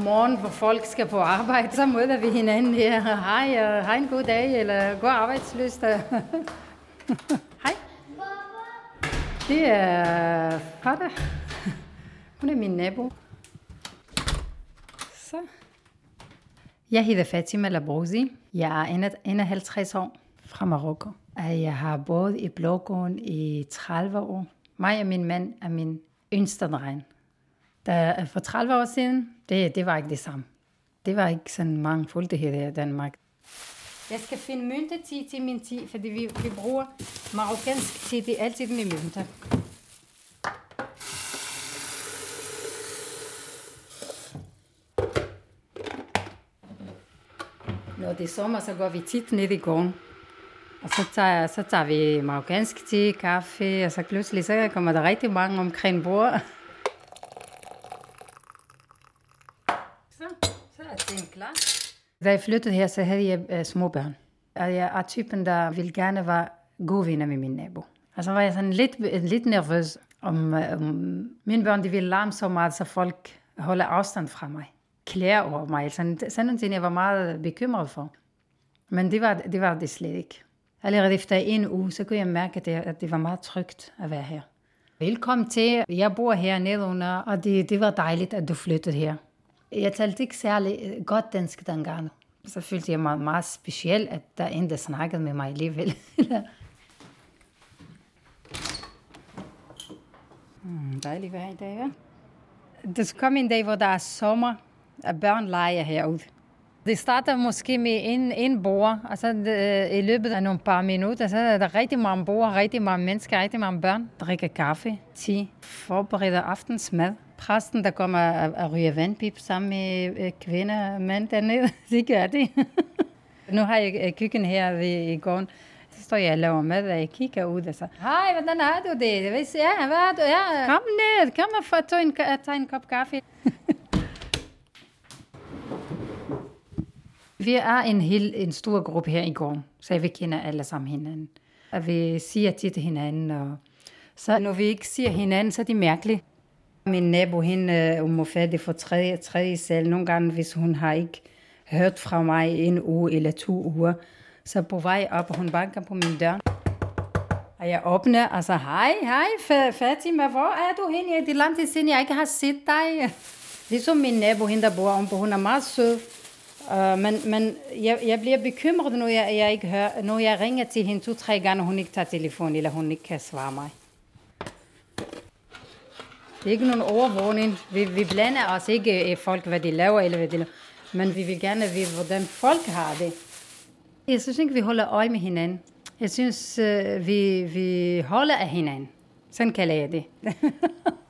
morgen, hvor folk skal på arbejde, så møder vi hinanden her. Hej en god dag, eller god arbejdslyst. Hej. Det er Fata. Hun er min nabo. Så. Jeg hedder Fatima Labrouzi. Jeg er 51 år fra Marokko. Jeg har boet i Blågården i 30 år. Mig og min mand er min yngste dreng. For 30 år siden, det var ikke det samme. Det var ikke sådan mangfoldighed her i Danmark. Jeg skal finde møntetid til min tid, fordi vi bruger marokkansk tid, det er altid med mønter. Når det er sommer, så går vi tit ned i gården. Og så tager vi marokkansk te, kaffe, og så pludselig så kommer der rigtig mange omkring bord. Så er teen klar. Da jeg flyttede her, så havde jeg små børn. Og jeg er typen, der ville gerne være gode venner med min nabo. Og så var jeg sådan lidt nervøs om mine børn, de ville larme så meget, så folk holder afstand fra mig. Klæder over mig. Sådan nogle ting, jeg var meget bekymret for. Men det var det slet ikke. Allerede efter en uge, så kunne jeg mærke, at det var meget trygt at være her. Velkommen til. Jeg bor her nedenunder, og det var dejligt, at du flyttede her. Jeg talte ikke særlig godt dansk dengang. Så følte jeg mig meget speciel, at der er en, der snakkede med mig alligevel. Dejligt at være i dag, ja. Der kommer en dag, hvor der er sommer, og børn leger herude. Det starter måske med en bord, og så i løbet af nogle par minutter, så er der rigtig mange bord, rigtig mange mennesker, rigtig mange børn, drikker kaffe, te, forbereder aftensmad. Præsten, der kommer og ryger vandpip sammen med kvinder og mænd dernede, det gør det. Nu har jeg køkken her i gården. Så står jeg og laver mad, og jeg kigger ud og så, hej, hvordan har du det? Ja, hvad har du? Ja, kom ned, kom og tage en kop kaffe. Vi er en stor gruppe her i gården, så vi kender alle sammen hinanden. Og vi siger tit til hinanden, og så når vi ikke siger hinanden, så er det mærkeligt. Min nabo, hende må færdig for tredje sal. Nogle gange, hvis hun har ikke hørt fra mig en uge eller 2 uger, så på vej op, og hun banker på min dør. Og jeg åbner, og så, hej, Fatima, hvor er du henne? Det er lang tid siden, jeg ikke har set dig. Ligesom min nabo, hende der bor ombord, hun er meget sød. Men jeg bliver bekymret, når jeg ikke hører, når jeg ringer til hende 2-3 gange, og hun ikke tager telefon, eller hun ikke kan svare mig. Det er ikke nogen overvågning. Vi blander os ikke i folk, hvad de laver, eller hvad de laver. Men vi vil gerne vide, hvordan folk har det. Jeg synes ikke, vi holder øje med hinanden. Jeg synes, vi holder af hinanden. Sådan kalder jeg det.